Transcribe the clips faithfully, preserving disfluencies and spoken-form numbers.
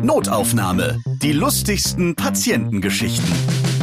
Notaufnahme. Die lustigsten Patientengeschichten.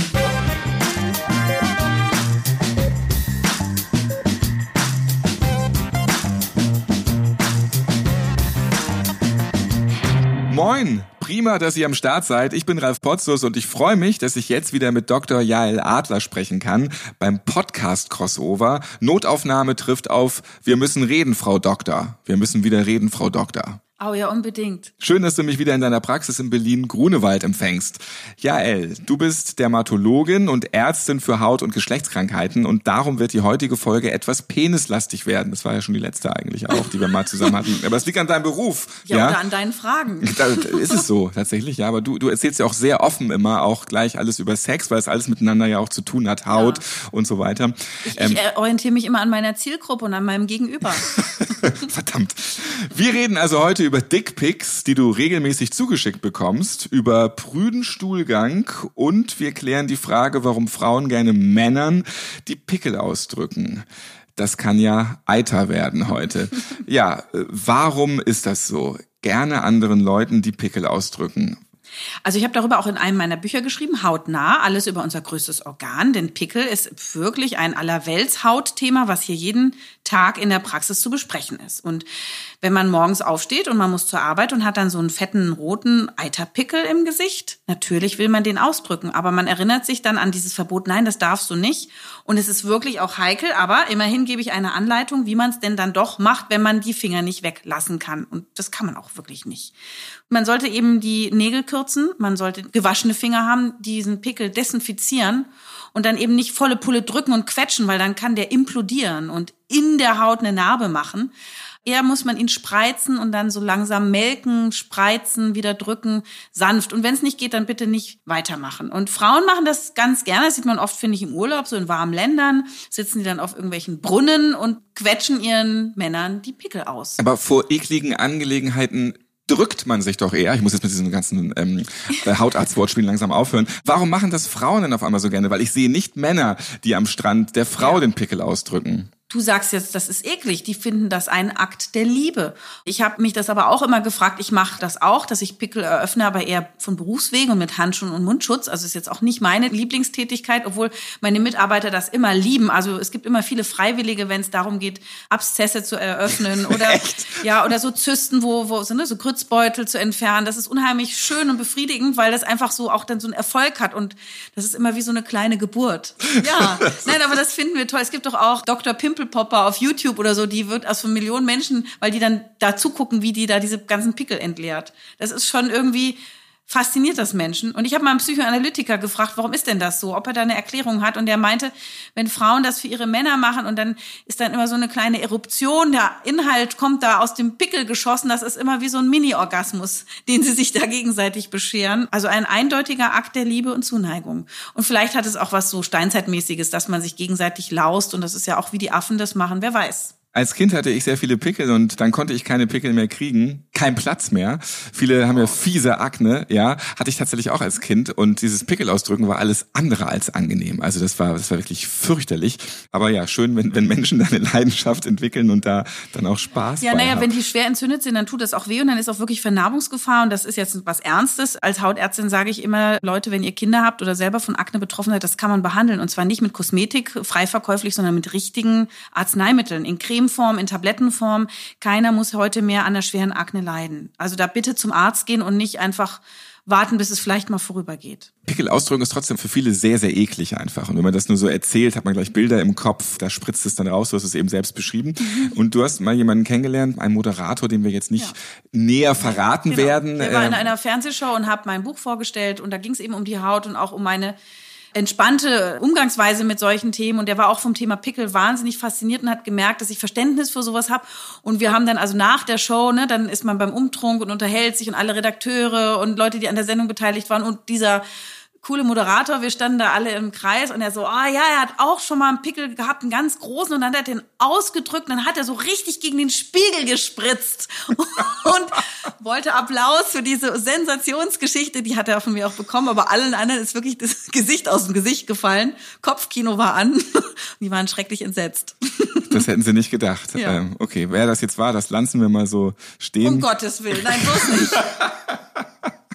Moin! Prima, dass ihr am Start seid. Ich bin Ralf Potzus und ich freue mich, dass ich jetzt wieder mit Doktor Jael Adler sprechen kann beim Podcast-Crossover. Notaufnahme trifft auf Wir müssen reden, Frau Doktor. Wir müssen wieder reden, Frau Doktor. Oh ja, unbedingt. Schön, dass du mich wieder in deiner Praxis in Berlin-Grunewald empfängst. Jael, du bist Dermatologin und Ärztin für Haut- und Geschlechtskrankheiten und darum wird die heutige Folge etwas penislastig werden. Das war ja schon die letzte eigentlich auch, die wir mal zusammen hatten. Aber es liegt an deinem Beruf. Ja, ja? Oder an deinen Fragen. Da ist es so, tatsächlich, ja. Aber du, du erzählst ja auch sehr offen immer auch gleich alles über Sex, weil es alles miteinander ja auch zu tun hat, Haut ja. und so weiter. Ich, ähm, ich orientiere mich immer an meiner Zielgruppe und an meinem Gegenüber. Verdammt. Wir reden also heute über Dickpics, die du regelmäßig zugeschickt bekommst, über prüden Stuhlgang und wir klären die Frage, warum Frauen gerne Männern die Pickel ausdrücken. Das kann ja Eiter werden heute. Ja, warum ist das so? Gerne anderen Leuten die Pickel ausdrücken. Also ich habe darüber auch in einem meiner Bücher geschrieben, hautnah, alles über unser größtes Organ, denn Pickel ist wirklich ein Allerweltshautthema, was hier jeden Tag in der Praxis zu besprechen ist. Und wenn man morgens aufsteht und man muss zur Arbeit und hat dann so einen fetten roten Eiterpickel im Gesicht, natürlich will man den ausdrücken, aber man erinnert sich dann an dieses Verbot, nein, das darfst du nicht. Und es ist wirklich auch heikel, aber immerhin gebe ich eine Anleitung, wie man es denn dann doch macht, wenn man die Finger nicht weglassen kann. Und das kann man auch wirklich nicht. Man sollte eben die Nägel kürzen, man sollte gewaschene Finger haben, diesen Pickel desinfizieren und dann eben nicht volle Pulle drücken und quetschen, weil dann kann der implodieren und in der Haut eine Narbe machen. Eher muss man ihn spreizen und dann so langsam melken, spreizen, wieder drücken, sanft. Und wenn es nicht geht, dann bitte nicht weitermachen. Und Frauen machen das ganz gerne. Das sieht man oft, finde ich, im Urlaub, so in warmen Ländern. Sitzen die dann auf irgendwelchen Brunnen und quetschen ihren Männern die Pickel aus. Aber vor ekligen Angelegenheiten drückt man sich doch eher. Ich muss jetzt mit diesen ganzen ähm, Hautarztwortspielen langsam aufhören. Warum machen das Frauen denn auf einmal so gerne? Weil ich sehe nicht Männer, die am Strand der Frau ja. den Pickel ausdrücken. Du sagst jetzt, das ist eklig. Die finden das ein Akt der Liebe. Ich habe mich das aber auch immer gefragt. Ich mache das auch, dass ich Pickel eröffne, aber eher von Berufswegen und mit Handschuhen und Mundschutz. Also ist jetzt auch nicht meine Lieblingstätigkeit, obwohl meine Mitarbeiter das immer lieben. Also es gibt immer viele Freiwillige, wenn es darum geht, Abszesse zu eröffnen oder ja oder so Zysten, wo wo so, ne, so Grützbeutel zu entfernen. Das ist unheimlich schön und befriedigend, weil das einfach so auch dann so einen Erfolg hat und das ist immer wie so eine kleine Geburt. Ja, nein, aber das finden wir toll. Es gibt doch auch Doktor Pimple Popper auf YouTube oder so, die wird aus von Millionen Menschen, weil die dann da zugucken, wie die da diese ganzen Pickel entleert. Das ist schon irgendwie, fasziniert das Menschen. Und ich habe mal einen Psychoanalytiker gefragt, warum ist denn das so? Ob er da eine Erklärung hat. Und der meinte, wenn Frauen das für ihre Männer machen und dann ist dann immer so eine kleine Eruption, der Inhalt kommt da aus dem Pickel geschossen, das ist immer wie so ein Mini-Orgasmus, den sie sich da gegenseitig bescheren. Also ein eindeutiger Akt der Liebe und Zuneigung. Und vielleicht hat es auch was so Steinzeitmäßiges, dass man sich gegenseitig laust und das ist ja auch, wie die Affen das machen, wer weiß. Als Kind hatte ich sehr viele Pickel und dann konnte ich keine Pickel mehr kriegen, kein Platz mehr. Viele haben ja fiese Akne, ja, hatte ich tatsächlich auch als Kind und dieses Pickelausdrücken war alles andere als angenehm. Also das war das war wirklich fürchterlich. Aber ja, schön, wenn wenn Menschen da eine Leidenschaft entwickeln und da dann auch Spaß ja, bei naja, haben. Wenn die schwer entzündet sind, dann tut das auch weh und dann ist auch wirklich Vernarbungsgefahr und das ist jetzt was Ernstes. Als Hautärztin sage ich immer, Leute, wenn ihr Kinder habt oder selber von Akne betroffen seid, das kann man behandeln und zwar nicht mit Kosmetik, frei verkäuflich, sondern mit richtigen Arzneimitteln, in Cremeform, in Tablettenform. Keiner muss heute mehr an der schweren Akne leiden. Also da bitte zum Arzt gehen und nicht einfach warten, bis es vielleicht mal vorübergeht. Pickelausdrücken ist trotzdem für viele sehr, sehr eklig einfach. Und wenn man das nur so erzählt, hat man gleich Bilder im Kopf, da spritzt es dann raus, du hast es eben selbst beschrieben. Mhm. Und du hast mal jemanden kennengelernt, einen Moderator, den wir jetzt nicht ja. näher verraten genau. werden. Ich war in einer Fernsehshow und habe mein Buch vorgestellt und da ging es eben um die Haut und auch um meine entspannte Umgangsweise mit solchen Themen und der war auch vom Thema Pickel wahnsinnig fasziniert und hat gemerkt, dass ich Verständnis für sowas habe und wir haben dann also nach der Show, ne, dann ist man beim Umtrunk und unterhält sich und alle Redakteure und Leute, die an der Sendung beteiligt waren und dieser coole Moderator, wir standen da alle im Kreis und er so, ah ja, er hat auch schon mal einen Pickel gehabt, einen ganz großen und dann hat er den ausgedrückt und dann hat er so richtig gegen den Spiegel gespritzt und wollte Applaus für diese Sensationsgeschichte, die hat er von mir auch bekommen, aber allen anderen ist wirklich das Gesicht aus dem Gesicht gefallen, Kopfkino war an, die waren schrecklich entsetzt. Das hätten sie nicht gedacht. Ja. Ähm, okay, wer das jetzt war, das lassen wir mal so stehen. Um Gottes Willen, nein, bloß nicht.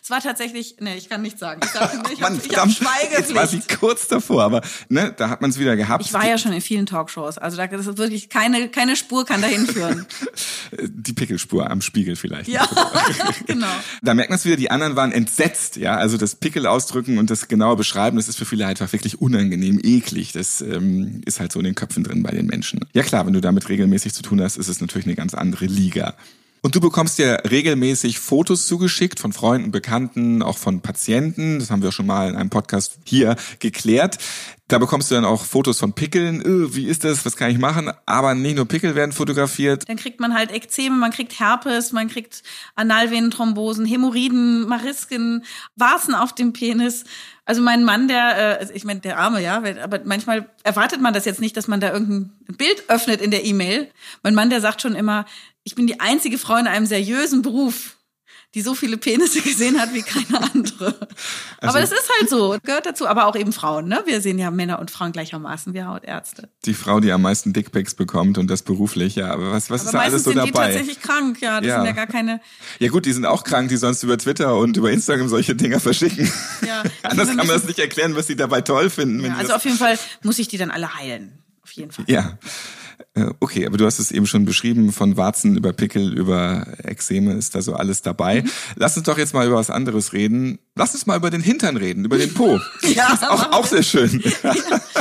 Es war tatsächlich, nee, ich kann nichts sagen. Ich, sag, ich Mann, habe hab Schweigepflicht. Jetzt war sie kurz davor, aber ne, da hat man es wieder gehabt. Ich war ja schon in vielen Talkshows, also da ist wirklich keine keine Spur kann dahin führen. Die Pickelspur am Spiegel vielleicht. Ja, genau. Da merkt man es wieder, die anderen waren entsetzt, ja, also das Pickel ausdrücken und das genaue Beschreiben, das ist für viele einfach wirklich unangenehm, eklig, das ähm, ist halt so in den Köpfen drin bei den Menschen. Ja klar, wenn du damit regelmäßig zu tun hast, ist es natürlich eine ganz andere Liga. Und du bekommst ja regelmäßig Fotos zugeschickt von Freunden, Bekannten, auch von Patienten. Das haben wir schon mal in einem Podcast hier geklärt. Da bekommst du dann auch Fotos von Pickeln. Öh, wie ist das? Was kann ich machen? Aber nicht nur Pickel werden fotografiert. Dann kriegt man halt Ekzeme, man kriegt Herpes, man kriegt Analvenenthrombosen, Hämorrhoiden, Marisken, Warzen auf dem Penis. Also mein Mann, der, äh, ich meine, der Arme, ja, aber manchmal erwartet man das jetzt nicht, dass man da irgendein Bild öffnet in der E-Mail. Mein Mann, der sagt schon immer, ich bin die einzige Frau in einem seriösen Beruf, die so viele Penisse gesehen hat wie keine andere. Also, aber das ist halt so, gehört dazu. Aber auch eben Frauen, ne? Wir sehen ja Männer und Frauen gleichermaßen, wir Hautärzte. Die Frau, die am meisten Dickpics bekommt und das beruflich, ja. Aber was, was aber ist da alles so dabei? Aber meistens sind die tatsächlich krank, ja. Das ja. sind ja gar keine... Ja gut, die sind auch krank, die sonst über Twitter und über Instagram solche Dinger verschicken. Ja. Anders kann man das nicht erklären, was sie dabei toll finden. Ja, also auf jeden Fall muss ich die dann alle heilen. Auf jeden Fall. Ja. Okay, aber du hast es eben schon beschrieben, von Warzen über Pickel, über Ekzeme ist da so alles dabei. Mhm. Lass uns doch jetzt mal über was anderes reden. Lass uns mal über den Hintern reden, über den Po. Ja, das ist auch, auch sehr schön. Ja,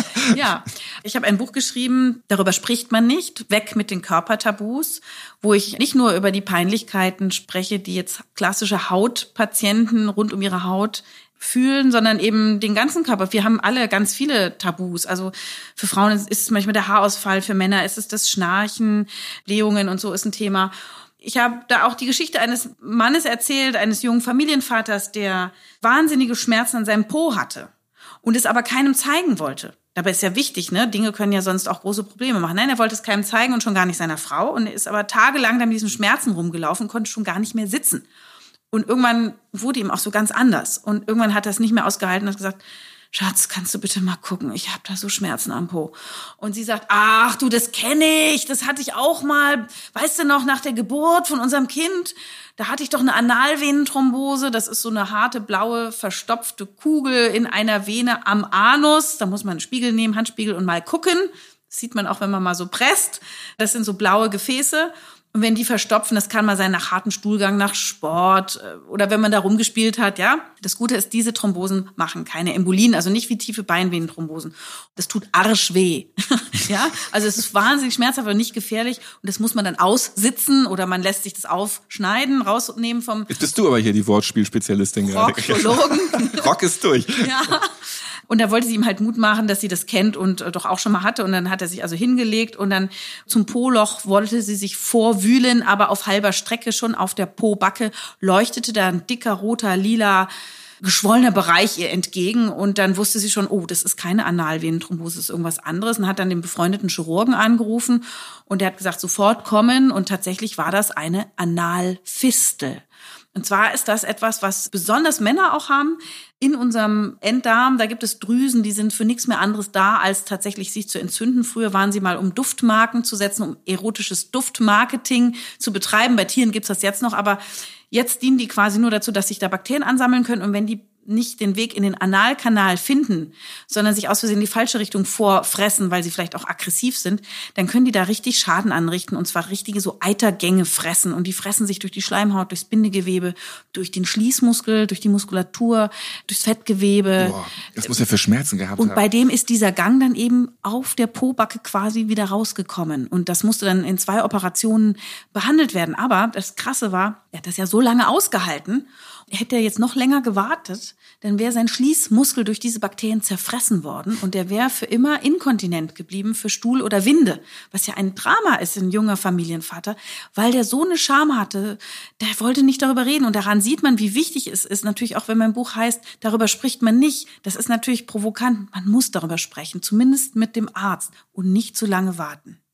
ja. Ich habe ein Buch geschrieben, darüber spricht man nicht, weg mit den Körpertabus, wo ich nicht nur über die Peinlichkeiten spreche, die jetzt klassische Hautpatienten rund um ihre Haut fühlen, sondern eben den ganzen Körper. Wir haben alle ganz viele Tabus. Also für Frauen ist es manchmal der Haarausfall, für Männer ist es das Schnarchen, Blähungen und so ist ein Thema. Ich habe da auch die Geschichte eines Mannes erzählt, eines jungen Familienvaters, der wahnsinnige Schmerzen an seinem Po hatte und es aber keinem zeigen wollte. Dabei ist ja wichtig, ne? Dinge können ja sonst auch große Probleme machen. Nein, er wollte es keinem zeigen und schon gar nicht seiner Frau und er ist aber tagelang dann mit diesen Schmerzen rumgelaufen, konnte schon gar nicht mehr sitzen. Und irgendwann wurde ihm auch so ganz anders. Und irgendwann hat er es nicht mehr ausgehalten und hat gesagt, Schatz, kannst du bitte mal gucken? Ich habe da so Schmerzen am Po. Und sie sagt, ach du, das kenne ich, das hatte ich auch mal. Weißt du noch, nach der Geburt von unserem Kind, da hatte ich doch eine Analvenenthrombose. Das ist so eine harte, blaue, verstopfte Kugel in einer Vene am Anus. Da muss man einen Spiegel nehmen, Handspiegel und mal gucken. Das sieht man auch, wenn man mal so presst. Das sind so blaue Gefäße. Und wenn die verstopfen, das kann mal sein nach hartem Stuhlgang, nach Sport oder wenn man da rumgespielt hat, ja. Das Gute ist, diese Thrombosen machen keine Embolien, also nicht wie tiefe Beinvenenthrombosen. Das tut arschweh, ja. Also es ist wahnsinnig schmerzhaft, aber nicht gefährlich. Und das muss man dann aussitzen oder man lässt sich das aufschneiden, rausnehmen vom... Jetzt bist du aber hier die Wortspielspezialistin gerade. Rockologen. Rock ist durch. Ja. Und da wollte sie ihm halt Mut machen, dass sie das kennt und doch auch schon mal hatte. Und dann hat er sich also hingelegt und dann zum Po-Loch wollte sie sich vorwühlen, aber auf halber Strecke schon auf der Po-Backe leuchtete da ein dicker, roter, lila, geschwollener Bereich ihr entgegen. Und dann wusste sie schon, oh, das ist keine Analvenenthrombose, das ist irgendwas anderes. Und hat dann den befreundeten Chirurgen angerufen und der hat gesagt, sofort kommen. Und tatsächlich war das eine Analfistel. Und zwar ist das etwas, was besonders Männer auch haben. In unserem Enddarm, da gibt es Drüsen, die sind für nichts mehr anderes da, als tatsächlich sich zu entzünden. Früher waren sie mal, um Duftmarken zu setzen, um erotisches Duftmarketing zu betreiben. Bei Tieren gibt's das jetzt noch, aber jetzt dienen die quasi nur dazu, dass sich da Bakterien ansammeln können. Und wenn die nicht den Weg in den Analkanal finden, sondern sich aus Versehen in die falsche Richtung vorfressen, weil sie vielleicht auch aggressiv sind, dann können die da richtig Schaden anrichten und zwar richtige so Eitergänge fressen und die fressen sich durch die Schleimhaut, durchs Bindegewebe, durch den Schließmuskel, durch die Muskulatur, durchs Fettgewebe. Boah, das muss ja für Schmerzen gehabt und haben. Und bei dem ist dieser Gang dann eben auf der Po-Backe quasi wieder rausgekommen und das musste dann in zwei Operationen behandelt werden. Aber das Krasse war, er hat das ja so lange ausgehalten. Hätte er jetzt noch länger gewartet, dann wäre sein Schließmuskel durch diese Bakterien zerfressen worden und der wäre für immer inkontinent geblieben für Stuhl oder Winde, was ja ein Drama ist, ein junger Familienvater, weil der so eine Scham hatte, der wollte nicht darüber reden und daran sieht man, wie wichtig es ist, natürlich auch wenn mein Buch heißt, darüber spricht man nicht, das ist natürlich provokant, man muss darüber sprechen, zumindest mit dem Arzt und nicht zu lange warten.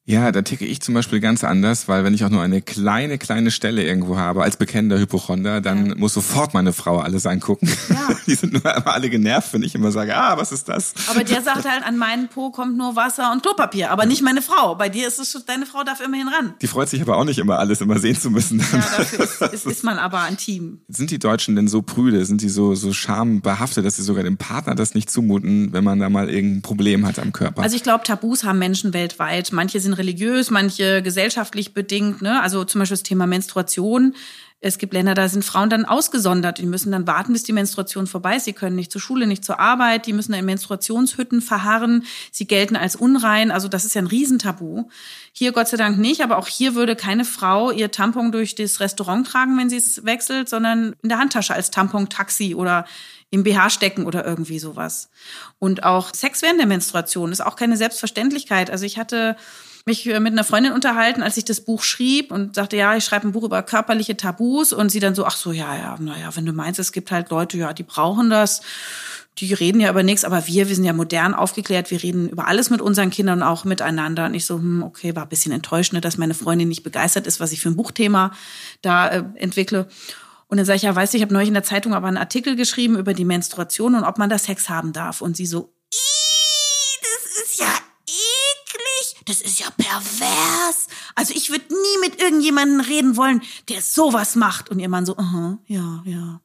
Ja, da ticke ich zum Beispiel ganz anders, weil wenn ich auch nur eine kleine, kleine Stelle irgendwo habe, als bekennender Hypochonder, dann ja. muss sofort meine Frau alles angucken. Ja. Die sind nur immer alle genervt, wenn ich immer sage, ah, was ist das? Aber der sagt halt, an meinen Po kommt nur Wasser und Klopapier, aber nicht meine Frau. Bei dir ist es, deine Frau darf immerhin ran. Die freut sich aber auch nicht immer, alles immer sehen zu müssen. Ja, dafür ist, ist, ist man aber ein Team. Sind die Deutschen denn so prüde, sind die so, so schambehaftet, dass sie sogar dem Partner das nicht zumuten, wenn man da mal irgendein Problem hat am Körper? Also ich glaube, Tabus haben Menschen weltweit. Manche sind religiös, manche gesellschaftlich bedingt, ne? Also zum Beispiel das Thema Menstruation. Es gibt Länder, da sind Frauen dann ausgesondert. Die müssen dann warten, bis die Menstruation vorbei ist. Sie können nicht zur Schule, nicht zur Arbeit. Die müssen in Menstruationshütten verharren. Sie gelten als unrein. Also das ist ja ein Riesentabu. Hier Gott sei Dank nicht. Aber auch hier würde keine Frau ihr Tampon durch das Restaurant tragen, wenn sie es wechselt, sondern in der Handtasche als Tampon-Taxi oder im B H stecken oder irgendwie sowas. Und auch Sex während der Menstruation ist auch keine Selbstverständlichkeit. Also ich hatte mich mit einer Freundin unterhalten, als ich das Buch schrieb und sagte, ja, ich schreibe ein Buch über körperliche Tabus und sie dann so, ach so, ja, ja, naja, wenn du meinst, es gibt halt Leute, ja, die brauchen das, die reden ja über nichts, aber wir, wir sind ja modern aufgeklärt, wir reden über alles mit unseren Kindern und auch miteinander und ich so, hm, okay, war ein bisschen enttäuschend, dass meine Freundin nicht begeistert ist, was ich für ein Buchthema da äh, entwickle. Und dann sage ich, ja, weißt du, ich habe neulich in der Zeitung aber einen Artikel geschrieben über die Menstruation und ob man da Sex haben darf und sie so, das ist ja das ist ja pervers. Also ich würde nie mit irgendjemandem reden wollen, der sowas macht. Und ihr Mann so, aha, ja, ja.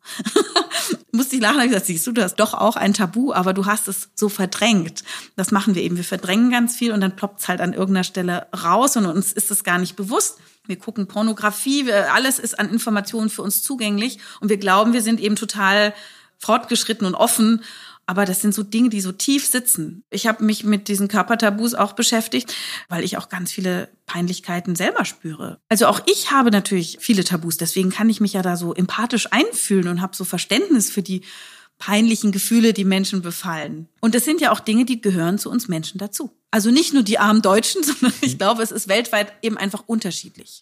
Musste ich lachen, habe ich gesagt, siehst du, du hast doch auch ein Tabu, aber du hast es so verdrängt. Das machen wir eben. Wir verdrängen ganz viel und dann ploppt es halt an irgendeiner Stelle raus und uns ist es gar nicht bewusst. Wir gucken Pornografie, wir, alles ist an Informationen für uns zugänglich und wir glauben, wir sind eben total fortgeschritten und offen. Aber das sind so Dinge, die so tief sitzen. Ich habe mich mit diesen Körpertabus auch beschäftigt, weil ich auch ganz viele Peinlichkeiten selber spüre. Also auch ich habe natürlich viele Tabus, deswegen kann ich mich ja da so empathisch einfühlen und habe so Verständnis für die peinlichen Gefühle, die Menschen befallen. Und das sind ja auch Dinge, die gehören zu uns Menschen dazu. Also nicht nur die armen Deutschen, sondern ich glaube, es ist weltweit eben einfach unterschiedlich.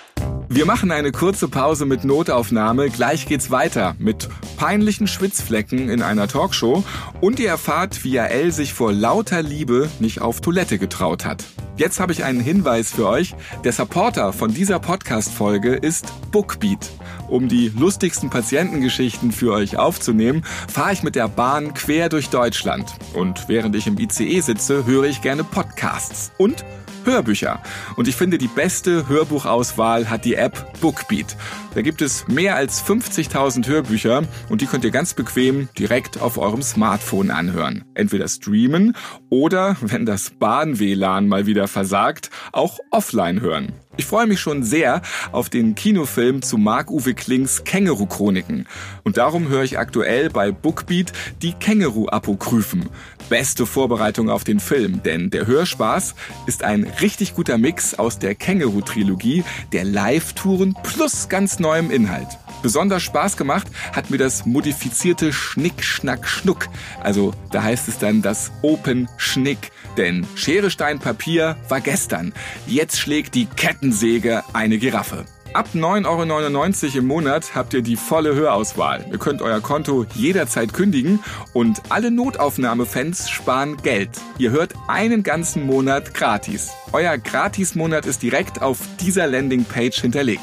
Wir machen eine kurze Pause mit Notaufnahme. Gleich geht's weiter mit peinlichen Schwitzflecken in einer Talkshow und ihr erfahrt, wie Jael sich vor lauter Liebe nicht auf Toilette getraut hat. Jetzt habe ich einen Hinweis für euch. Der Supporter von dieser Podcast-Folge ist Bookbeat. Um die lustigsten Patientengeschichten für euch aufzunehmen, fahre ich mit der Bahn quer durch Deutschland. Und während ich im I C E sitze, höre ich gerne Podcasts und Hörbücher. Und ich finde, die beste Hörbuchauswahl hat die App Bookbeat. Da gibt es mehr als fünfzigtausend Hörbücher und die könnt ihr ganz bequem direkt auf eurem Smartphone anhören. Entweder streamen oder, wenn das Bahn-W L A N mal wieder versagt, auch offline hören. Ich freue mich schon sehr auf den Kinofilm zu Marc-Uwe Klings Känguru-Chroniken. Und darum höre ich aktuell bei Bookbeat die Känguru-Apokryphen. Beste Vorbereitung auf den Film, denn der Hörspaß ist ein richtig guter Mix aus der Känguru-Trilogie, der Live-Touren plus ganz neuem Inhalt. Besonders Spaß gemacht hat mir das modifizierte Schnick, Schnack, Schnuck. Also da heißt es dann das Open Schnick. Denn Schere, Stein, Papier war gestern. Jetzt schlägt die Kettensäge eine Giraffe. Ab neun Euro neunundneunzig im Monat habt ihr die volle Hörauswahl. Ihr könnt euer Konto jederzeit kündigen und alle Notaufnahmefans sparen Geld. Ihr hört einen ganzen Monat gratis. Euer Gratismonat ist direkt auf dieser Landingpage hinterlegt.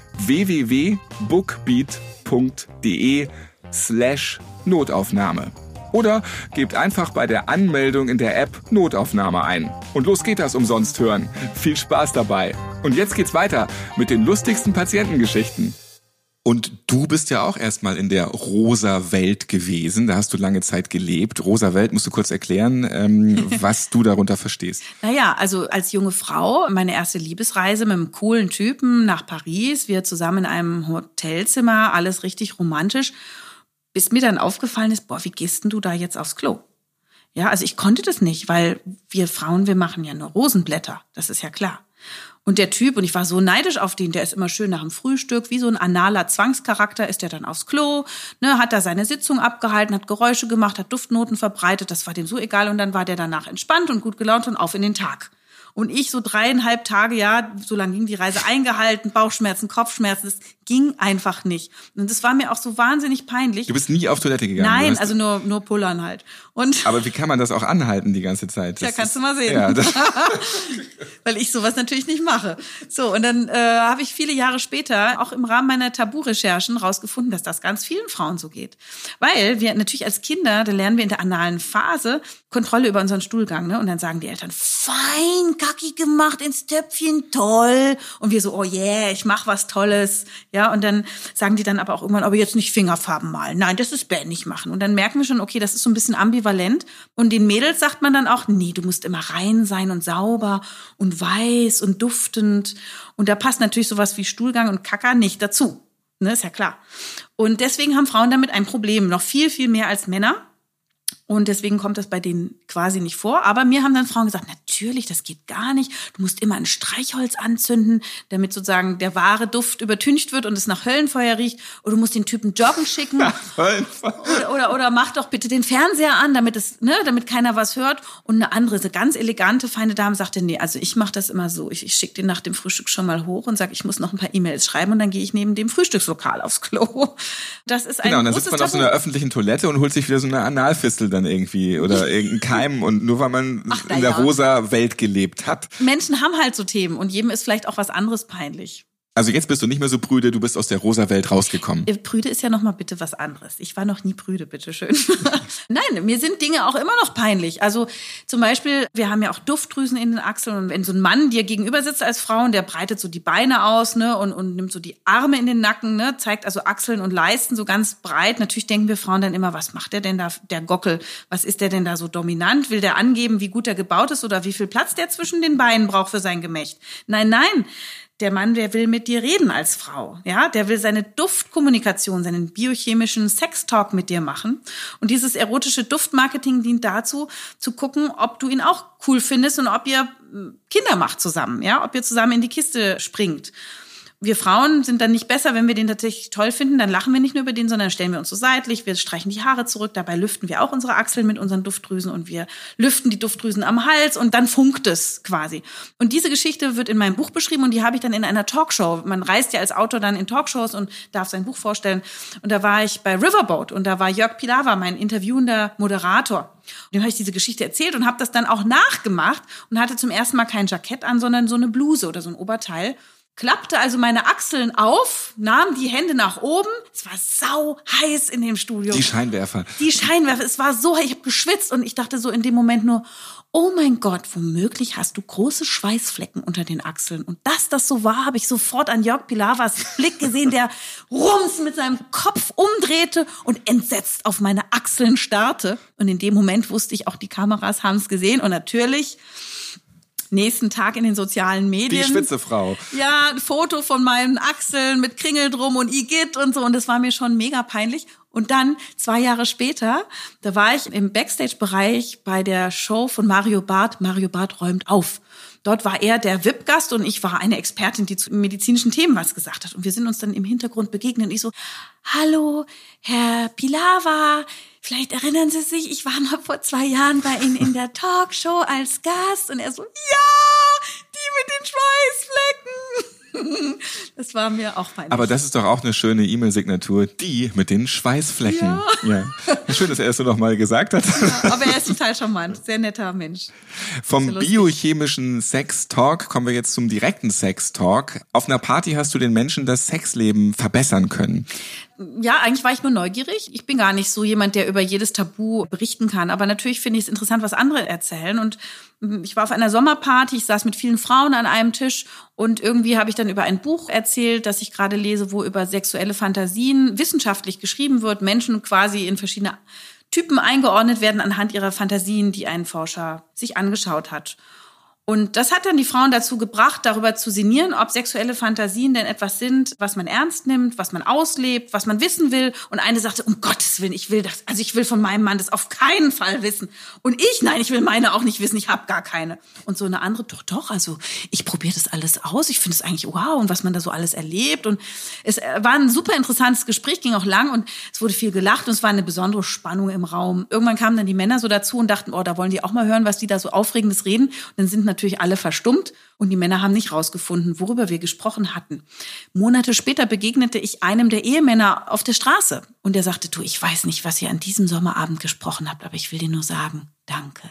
w w w punkt bookbeat punkt de slash Notaufnahme. Oder gebt einfach bei der Anmeldung in der App Notaufnahme ein. Und los geht das umsonst hören. Viel Spaß dabei. Und jetzt geht's weiter mit den lustigsten Patientengeschichten. Und du bist ja auch erstmal in der rosa Welt gewesen. Da hast du lange Zeit gelebt. Rosa Welt, musst du kurz erklären, ähm, was du darunter verstehst? Naja, also als junge Frau, meine erste Liebesreise mit einem coolen Typen nach Paris. Wir zusammen in einem Hotelzimmer, alles richtig romantisch. Bis mir dann aufgefallen ist, boah, wie gehst denn du da jetzt aufs Klo? Ja, also ich konnte das nicht, weil wir Frauen, wir machen ja nur Rosenblätter, das ist ja klar. Und der Typ, und ich war so neidisch auf den, der ist immer schön nach dem Frühstück, wie so ein analer Zwangscharakter, ist der dann aufs Klo, ne, hat da seine Sitzung abgehalten, hat Geräusche gemacht, hat Duftnoten verbreitet, das war dem so egal und dann war der danach entspannt und gut gelaunt und auf in den Tag. Und ich so dreieinhalb Tage, ja, so lange ging die Reise, eingehalten, Bauchschmerzen, Kopfschmerzen, das ging einfach nicht. Und das war mir auch so wahnsinnig peinlich. Du bist nie auf Toilette gegangen? Nein, also nur nur pullern halt. Und aber wie kann man das auch anhalten die ganze Zeit? Das ja, kannst ist, du mal sehen. Ja, weil ich sowas natürlich nicht mache. So, und dann äh, habe ich viele Jahre später auch im Rahmen meiner Tabu-Recherchen rausgefunden, dass das ganz vielen Frauen so geht. Weil wir natürlich als Kinder, da lernen wir in der analen Phase Kontrolle über unseren Stuhlgang, ne? Und dann sagen die Eltern, fein, Kacki gemacht ins Töpfchen, toll. Und wir so, oh yeah, ich mach was Tolles. Ja, und dann sagen die dann aber auch irgendwann, aber jetzt nicht Fingerfarben malen. Nein, das ist bäh, nicht machen. Und dann merken wir schon, okay, das ist so ein bisschen ambivalent. Und den Mädels sagt man dann auch, nee, du musst immer rein sein und sauber und weiß und duftend. Und da passt natürlich sowas wie Stuhlgang und Kaka nicht dazu. Ne, ist ja klar. Und deswegen haben Frauen damit ein Problem, noch viel, viel mehr als Männer. Und deswegen kommt das bei denen quasi nicht vor. Aber mir haben dann Frauen gesagt, natürlich, das geht gar nicht. Du musst immer ein Streichholz anzünden, damit sozusagen der wahre Duft übertüncht wird und es nach Höllenfeuer riecht. Oder du musst den Typen joggen schicken. oder, oder, oder mach doch bitte den Fernseher an, damit es, ne, damit keiner was hört. Und eine andere, eine ganz elegante, feine Dame sagte, nee, also ich mache das immer so. Ich, ich schicke den nach dem Frühstück schon mal hoch und sage, ich muss noch ein paar E-Mails schreiben und dann gehe ich neben dem Frühstückslokal aufs Klo. Das ist ein genau, und dann großes sitzt man Tabu. auf so einer öffentlichen Toilette und holt sich wieder so eine Analfistel dann irgendwie oder irgendeinen Keim und nur weil man Ach, in der ja. rosa Welt gelebt hat. Menschen haben halt so Themen und jedem ist vielleicht auch was anderes peinlich. Also jetzt bist du nicht mehr so prüde, du bist aus der rosa Welt rausgekommen. Prüde ist ja noch mal bitte was anderes. Ich war noch nie prüde, bitteschön. Nein, mir sind Dinge auch immer noch peinlich. Also zum Beispiel, wir haben ja auch Duftdrüsen in den Achseln und wenn so ein Mann dir gegenüber sitzt als Frau und der breitet so die Beine aus, ne, und, und nimmt so die Arme in den Nacken, ne, zeigt also Achseln und Leisten so ganz breit. Natürlich denken wir Frauen dann immer, was macht der denn da, der Gockel? Was ist der denn da so dominant? Will der angeben, wie gut er gebaut ist oder wie viel Platz der zwischen den Beinen braucht für sein Gemächt? Nein, nein. Der Mann, der will mit dir reden als Frau, ja, der will seine Duftkommunikation, seinen biochemischen Sextalk mit dir machen. Und dieses erotische Duftmarketing dient dazu, zu gucken, ob du ihn auch cool findest und ob ihr Kinder macht zusammen, ja, ob ihr zusammen in die Kiste springt. Wir Frauen sind dann nicht besser, wenn wir den tatsächlich toll finden, dann lachen wir nicht nur über den, sondern stellen wir uns so seitlich, wir streichen die Haare zurück, dabei lüften wir auch unsere Achseln mit unseren Duftdrüsen und wir lüften die Duftdrüsen am Hals und dann funkt es quasi. Und diese Geschichte wird in meinem Buch beschrieben und die habe ich dann in einer Talkshow. Man reist ja als Autor dann in Talkshows und darf sein Buch vorstellen. Und da war ich bei Riverboat und da war Jörg Pilawa, mein interviewender Moderator. Und dem habe ich diese Geschichte erzählt und habe das dann auch nachgemacht und hatte zum ersten Mal kein Jackett an, sondern so eine Bluse oder so ein Oberteil. Klappte also meine Achseln auf, nahm die Hände nach oben. Es war sau heiß in dem Studio. Die Scheinwerfer. Die Scheinwerfer. Es war so heiß. Ich habe geschwitzt und ich dachte so in dem Moment nur, oh mein Gott, womöglich hast du große Schweißflecken unter den Achseln. Und dass das so war, habe ich sofort an Jörg Pilawas Blick gesehen, der rums mit seinem Kopf umdrehte und entsetzt auf meine Achseln starrte. Und in dem Moment wusste ich, auch die Kameras haben es gesehen. Und natürlich nächsten Tag in den sozialen Medien. Die Schwitzefrau. Ja, ein Foto von meinen Achseln mit Kringel drum und Igitt und so. Und das war mir schon mega peinlich. Und dann, zwei Jahre später, da war ich im Backstage-Bereich bei der Show von Mario Barth. Mario Barth räumt auf. Dort war er der V I P-Gast und ich war eine Expertin, die zu medizinischen Themen was gesagt hat. Und wir sind uns dann im Hintergrund begegnet. Und ich so, hallo, Herr Pilawa, vielleicht erinnern Sie sich, ich war mal vor zwei Jahren bei Ihnen in der Talkshow als Gast. Und er so, ja, die mit den Schweißflecken. Das war mir auch peinlich. Aber das ist doch auch eine schöne E-Mail-Signatur, die mit den Schweißflecken. Ja. Ja. Schön, dass er es so nochmal gesagt hat. Ja, aber er ist total charmant, sehr netter Mensch. Vom ja biochemischen Sex-Talk kommen wir jetzt zum direkten Sex-Talk. Auf einer Party hast du den Menschen das Sexleben verbessern können. Ja, eigentlich war ich nur neugierig. Ich bin gar nicht so jemand, der über jedes Tabu berichten kann. Aber natürlich finde ich es interessant, was andere erzählen. Und ich war auf einer Sommerparty, ich saß mit vielen Frauen an einem Tisch und irgendwie habe ich dann über ein Buch erzählt, das ich gerade lese, wo über sexuelle Fantasien wissenschaftlich geschrieben wird, Menschen quasi in verschiedene Typen eingeordnet werden anhand ihrer Fantasien, die ein Forscher sich angeschaut hat. Und das hat dann die Frauen dazu gebracht, darüber zu sinnieren, ob sexuelle Fantasien denn etwas sind, was man ernst nimmt, was man auslebt, was man wissen will. Und eine sagte, um Gottes Willen, ich will das, also ich will von meinem Mann das auf keinen Fall wissen. Und ich, nein, ich will meine auch nicht wissen, ich habe gar keine. Und so eine andere, doch, doch, also ich probiere das alles aus. Ich finde es eigentlich wow und was man da so alles erlebt. Und es war ein super interessantes Gespräch, ging auch lang und es wurde viel gelacht und es war eine besondere Spannung im Raum. Irgendwann kamen dann die Männer so dazu und dachten, oh, da wollen die auch mal hören, was die da so Aufregendes reden. Und dann sind natürlich alle verstummt und die Männer haben nicht rausgefunden, worüber wir gesprochen hatten. Monate später begegnete ich einem der Ehemänner auf der Straße und der sagte, du, ich weiß nicht, was ihr an diesem Sommerabend gesprochen habt, aber ich will dir nur sagen, danke.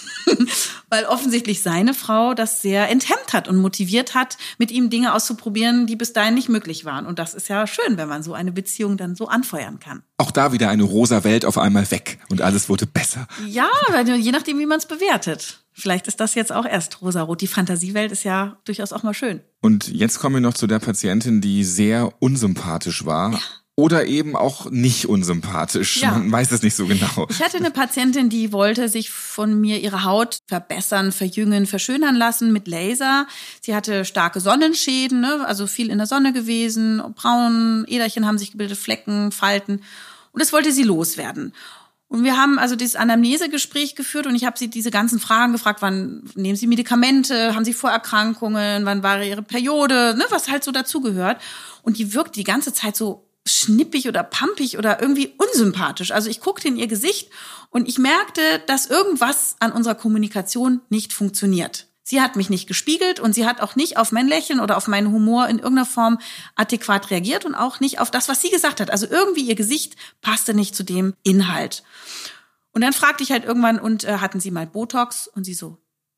Weil offensichtlich seine Frau das sehr enthemmt hat und motiviert hat, mit ihm Dinge auszuprobieren, die bis dahin nicht möglich waren. Und das ist ja schön, wenn man so eine Beziehung dann so anfeuern kann. Auch da wieder eine rosa Welt auf einmal weg und alles wurde besser. Ja, je nachdem, wie man es bewertet. Vielleicht ist das jetzt auch erst rosarot. Die Fantasiewelt ist ja durchaus auch mal schön. Und jetzt kommen wir noch zu der Patientin, die sehr unsympathisch war. Ja. Oder eben auch nicht unsympathisch. Ja. Man weiß es nicht so genau. Ich hatte eine Patientin, die wollte sich von mir ihre Haut verbessern, verjüngen, verschönern lassen mit Laser. Sie hatte starke Sonnenschäden, ne? Also viel in der Sonne gewesen, braun, Äderchen haben sich gebildet, Flecken, Falten. Und das wollte sie loswerden. Und wir haben also dieses Anamnesegespräch geführt und ich habe sie diese ganzen Fragen gefragt, wann nehmen Sie Medikamente, haben Sie Vorerkrankungen, wann war Ihre Periode, ne? Was halt so dazugehört. Und die wirkt die ganze Zeit so schnippig oder pampig oder irgendwie unsympathisch. Also ich guckte in ihr Gesicht und ich merkte, dass irgendwas an unserer Kommunikation nicht funktioniert. Sie hat mich nicht gespiegelt und sie hat auch nicht auf mein Lächeln oder auf meinen Humor in irgendeiner Form adäquat reagiert und auch nicht auf das, was sie gesagt hat. Also irgendwie ihr Gesicht passte nicht zu dem Inhalt. Und dann fragte ich halt irgendwann, und äh, hatten Sie mal Botox? Und sie so,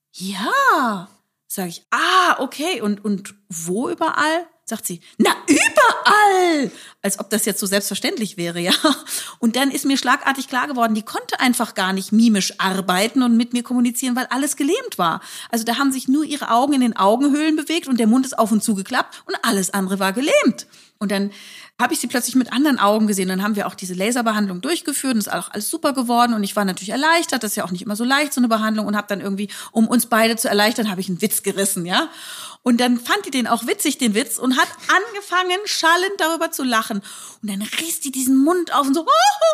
ja. Sag ich, ah, okay. Und, und wo überall? Sagt sie, na, überall! Als ob das jetzt so selbstverständlich wäre, ja. Und dann ist mir schlagartig klar geworden, die konnte einfach gar nicht mimisch arbeiten und mit mir kommunizieren, weil alles gelähmt war. Also da haben sich nur ihre Augen in den Augenhöhlen bewegt und der Mund ist auf und zu geklappt und alles andere war gelähmt. Und dann habe ich sie plötzlich mit anderen Augen gesehen. Dann haben wir auch diese Laserbehandlung durchgeführt und ist auch alles super geworden. Und ich war natürlich erleichtert, das ist ja auch nicht immer so leicht, so eine Behandlung. Und habe dann irgendwie, um uns beide zu erleichtern, habe ich einen Witz gerissen, ja. Und dann fand die den auch witzig, den Witz, und hat angefangen, schallend darüber zu lachen. Und dann riss die diesen Mund auf und so.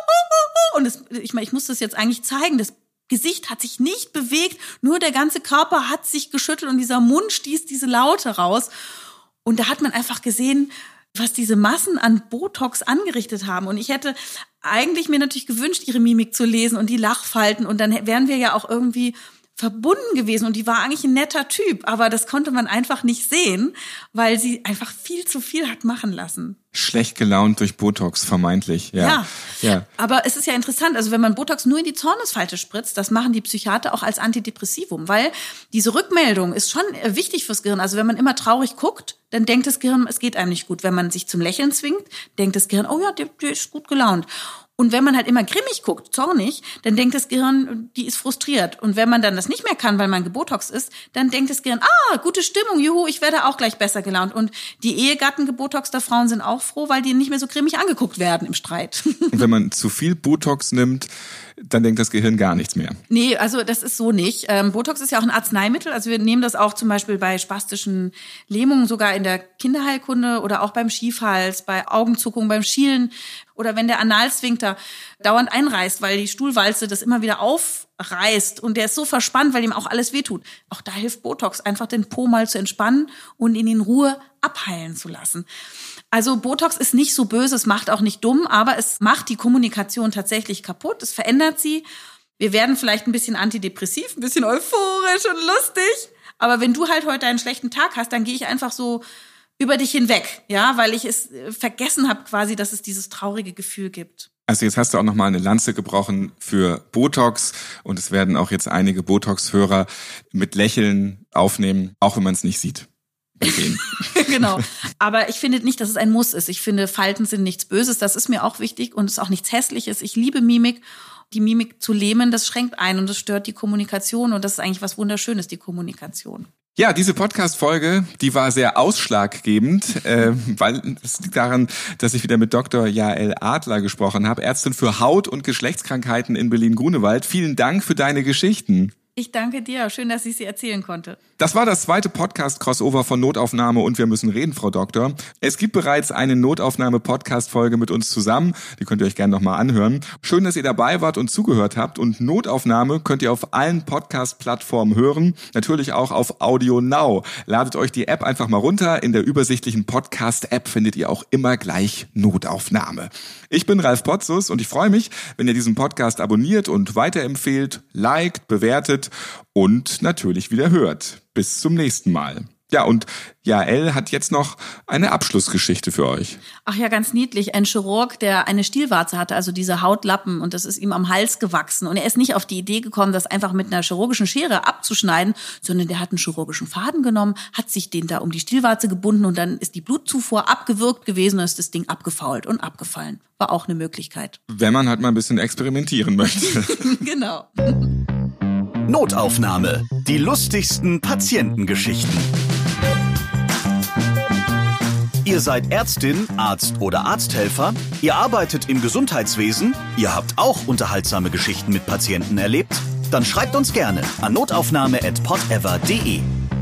Und das, ich meine, ich muss das jetzt eigentlich zeigen, das Gesicht hat sich nicht bewegt, nur der ganze Körper hat sich geschüttelt und dieser Mund stieß diese Laute raus. Und da hat man einfach gesehen, was diese Massen an Botox angerichtet haben. Und ich hätte eigentlich mir natürlich gewünscht, ihre Mimik zu lesen und die Lachfalten. Und dann wären wir ja auch irgendwie verbunden gewesen. Und die war eigentlich ein netter Typ. Aber das konnte man einfach nicht sehen, weil sie einfach viel zu viel hat machen lassen. Schlecht gelaunt durch Botox, vermeintlich. Ja. Ja. ja. Aber es ist ja interessant, also wenn man Botox nur in die Zornesfalte spritzt, das machen die Psychiater auch als Antidepressivum, weil diese Rückmeldung ist schon wichtig fürs Gehirn. Also wenn man immer traurig guckt, dann denkt das Gehirn, es geht einem nicht gut. Wenn man sich zum Lächeln zwingt, denkt das Gehirn, oh ja, der, der ist gut gelaunt. Und wenn man halt immer grimmig guckt, zornig, dann denkt das Gehirn, die ist frustriert. Und wenn man dann das nicht mehr kann, weil man gebotox ist, dann denkt das Gehirn, ah, gute Stimmung, juhu, ich werde auch gleich besser gelaunt. Und die Ehegatten gebotoxter Frauen sind auch froh, weil die nicht mehr so grimmig angeguckt werden im Streit. Und wenn man zu viel Botox nimmt, dann denkt das Gehirn gar nichts mehr. Nee, also das ist so nicht. Ähm, Botox ist ja auch ein Arzneimittel. Also wir nehmen das auch zum Beispiel bei spastischen Lähmungen, sogar in der Kinderheilkunde oder auch beim Schiefhals, bei Augenzuckung, beim Schielen oder wenn der Analsphinkter dauernd einreißt, weil die Stuhlwalze das immer wieder aufreißt und der ist so verspannt, weil ihm auch alles wehtut. Auch da hilft Botox, einfach den Po mal zu entspannen und ihn in Ruhe abheilen zu lassen. Also Botox ist nicht so böse, es macht auch nicht dumm, aber es macht die Kommunikation tatsächlich kaputt, es verändert sie. Wir werden vielleicht ein bisschen antidepressiv, ein bisschen euphorisch und lustig, aber wenn du halt heute einen schlechten Tag hast, dann gehe ich einfach so über dich hinweg, ja, weil ich es vergessen habe quasi, dass es dieses traurige Gefühl gibt. Also jetzt hast du auch nochmal eine Lanze gebrochen für Botox und es werden auch jetzt einige Botox-Hörer mit Lächeln aufnehmen, auch wenn man es nicht sieht. Genau. Aber ich finde nicht, dass es ein Muss ist. Ich finde, Falten sind nichts Böses. Das ist mir auch wichtig und es ist auch nichts Hässliches. Ich liebe Mimik. Die Mimik zu lähmen, das schränkt ein und das stört die Kommunikation und das ist eigentlich was Wunderschönes, die Kommunikation. Ja, diese Podcast-Folge, die war sehr ausschlaggebend, äh, weil es liegt daran, dass ich wieder mit Doktor Jael Adler gesprochen habe, Ärztin für Haut- und Geschlechtskrankheiten in Berlin-Grunewald. Vielen Dank für deine Geschichten. Ich danke dir. Schön, dass ich sie erzählen konnte. Das war das zweite Podcast-Crossover von Notaufnahme und wir müssen reden, Frau Doktor. Es gibt bereits eine Notaufnahme-Podcast-Folge mit uns zusammen. Die könnt ihr euch gerne nochmal anhören. Schön, dass ihr dabei wart und zugehört habt. Und Notaufnahme könnt ihr auf allen Podcast-Plattformen hören. Natürlich auch auf Audio Now. Ladet euch die App einfach mal runter. In der übersichtlichen Podcast-App findet ihr auch immer gleich Notaufnahme. Ich bin Ralf Potzus und ich freue mich, wenn ihr diesen Podcast abonniert und weiterempfehlt, liked, bewertet. findet und natürlich wieder hört. Bis zum nächsten Mal. Ja, und Jael hat jetzt noch eine Abschlussgeschichte für euch. Ach ja, ganz niedlich. Ein Chirurg, der eine Stielwarze hatte, also diese Hautlappen, und das ist ihm am Hals gewachsen. Und er ist nicht auf die Idee gekommen, das einfach mit einer chirurgischen Schere abzuschneiden, sondern der hat einen chirurgischen Faden genommen, hat sich den da um die Stielwarze gebunden und dann ist die Blutzufuhr abgewürgt gewesen und ist das Ding abgefault und abgefallen. War auch eine Möglichkeit. Wenn man halt mal ein bisschen experimentieren möchte. Genau. Notaufnahme. Die lustigsten Patientengeschichten. Ihr seid Ärztin, Arzt oder Arzthelfer, ihr arbeitet im Gesundheitswesen, ihr habt auch unterhaltsame Geschichten mit Patienten erlebt? Dann schreibt uns gerne an notaufnahme at podever punkt de.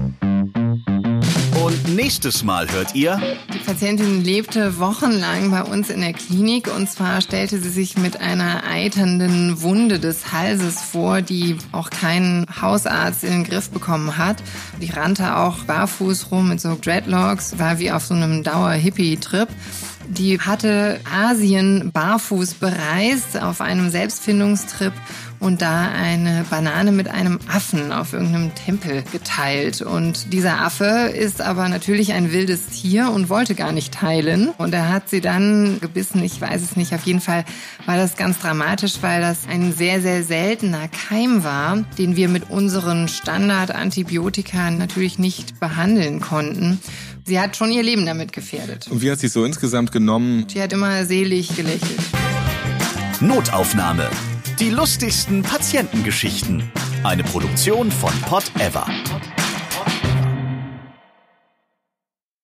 Und nächstes Mal hört ihr... Die Patientin lebte wochenlang bei uns in der Klinik und zwar stellte sie sich mit einer eiternden Wunde des Halses vor, die auch kein Hausarzt in den Griff bekommen hat. Die rannte auch barfuß rum mit so Dreadlocks, war wie auf so einem Dauer-Hippie-Trip. Die hatte Asien barfuß bereist auf einem Selbstfindungstrip und da eine Banane mit einem Affen auf irgendeinem Tempel geteilt. Und dieser Affe ist aber natürlich ein wildes Tier und wollte gar nicht teilen. Und er hat sie dann gebissen, ich weiß es nicht. Auf jeden Fall war das ganz dramatisch, weil das ein sehr, sehr seltener Keim war, den wir mit unseren Standardantibiotika natürlich nicht behandeln konnten. Sie hat schon ihr Leben damit gefährdet. Und wie hat sie es so insgesamt genommen? Sie hat immer selig gelächelt. Notaufnahme. Die lustigsten Patientengeschichten. Eine Produktion von Podever.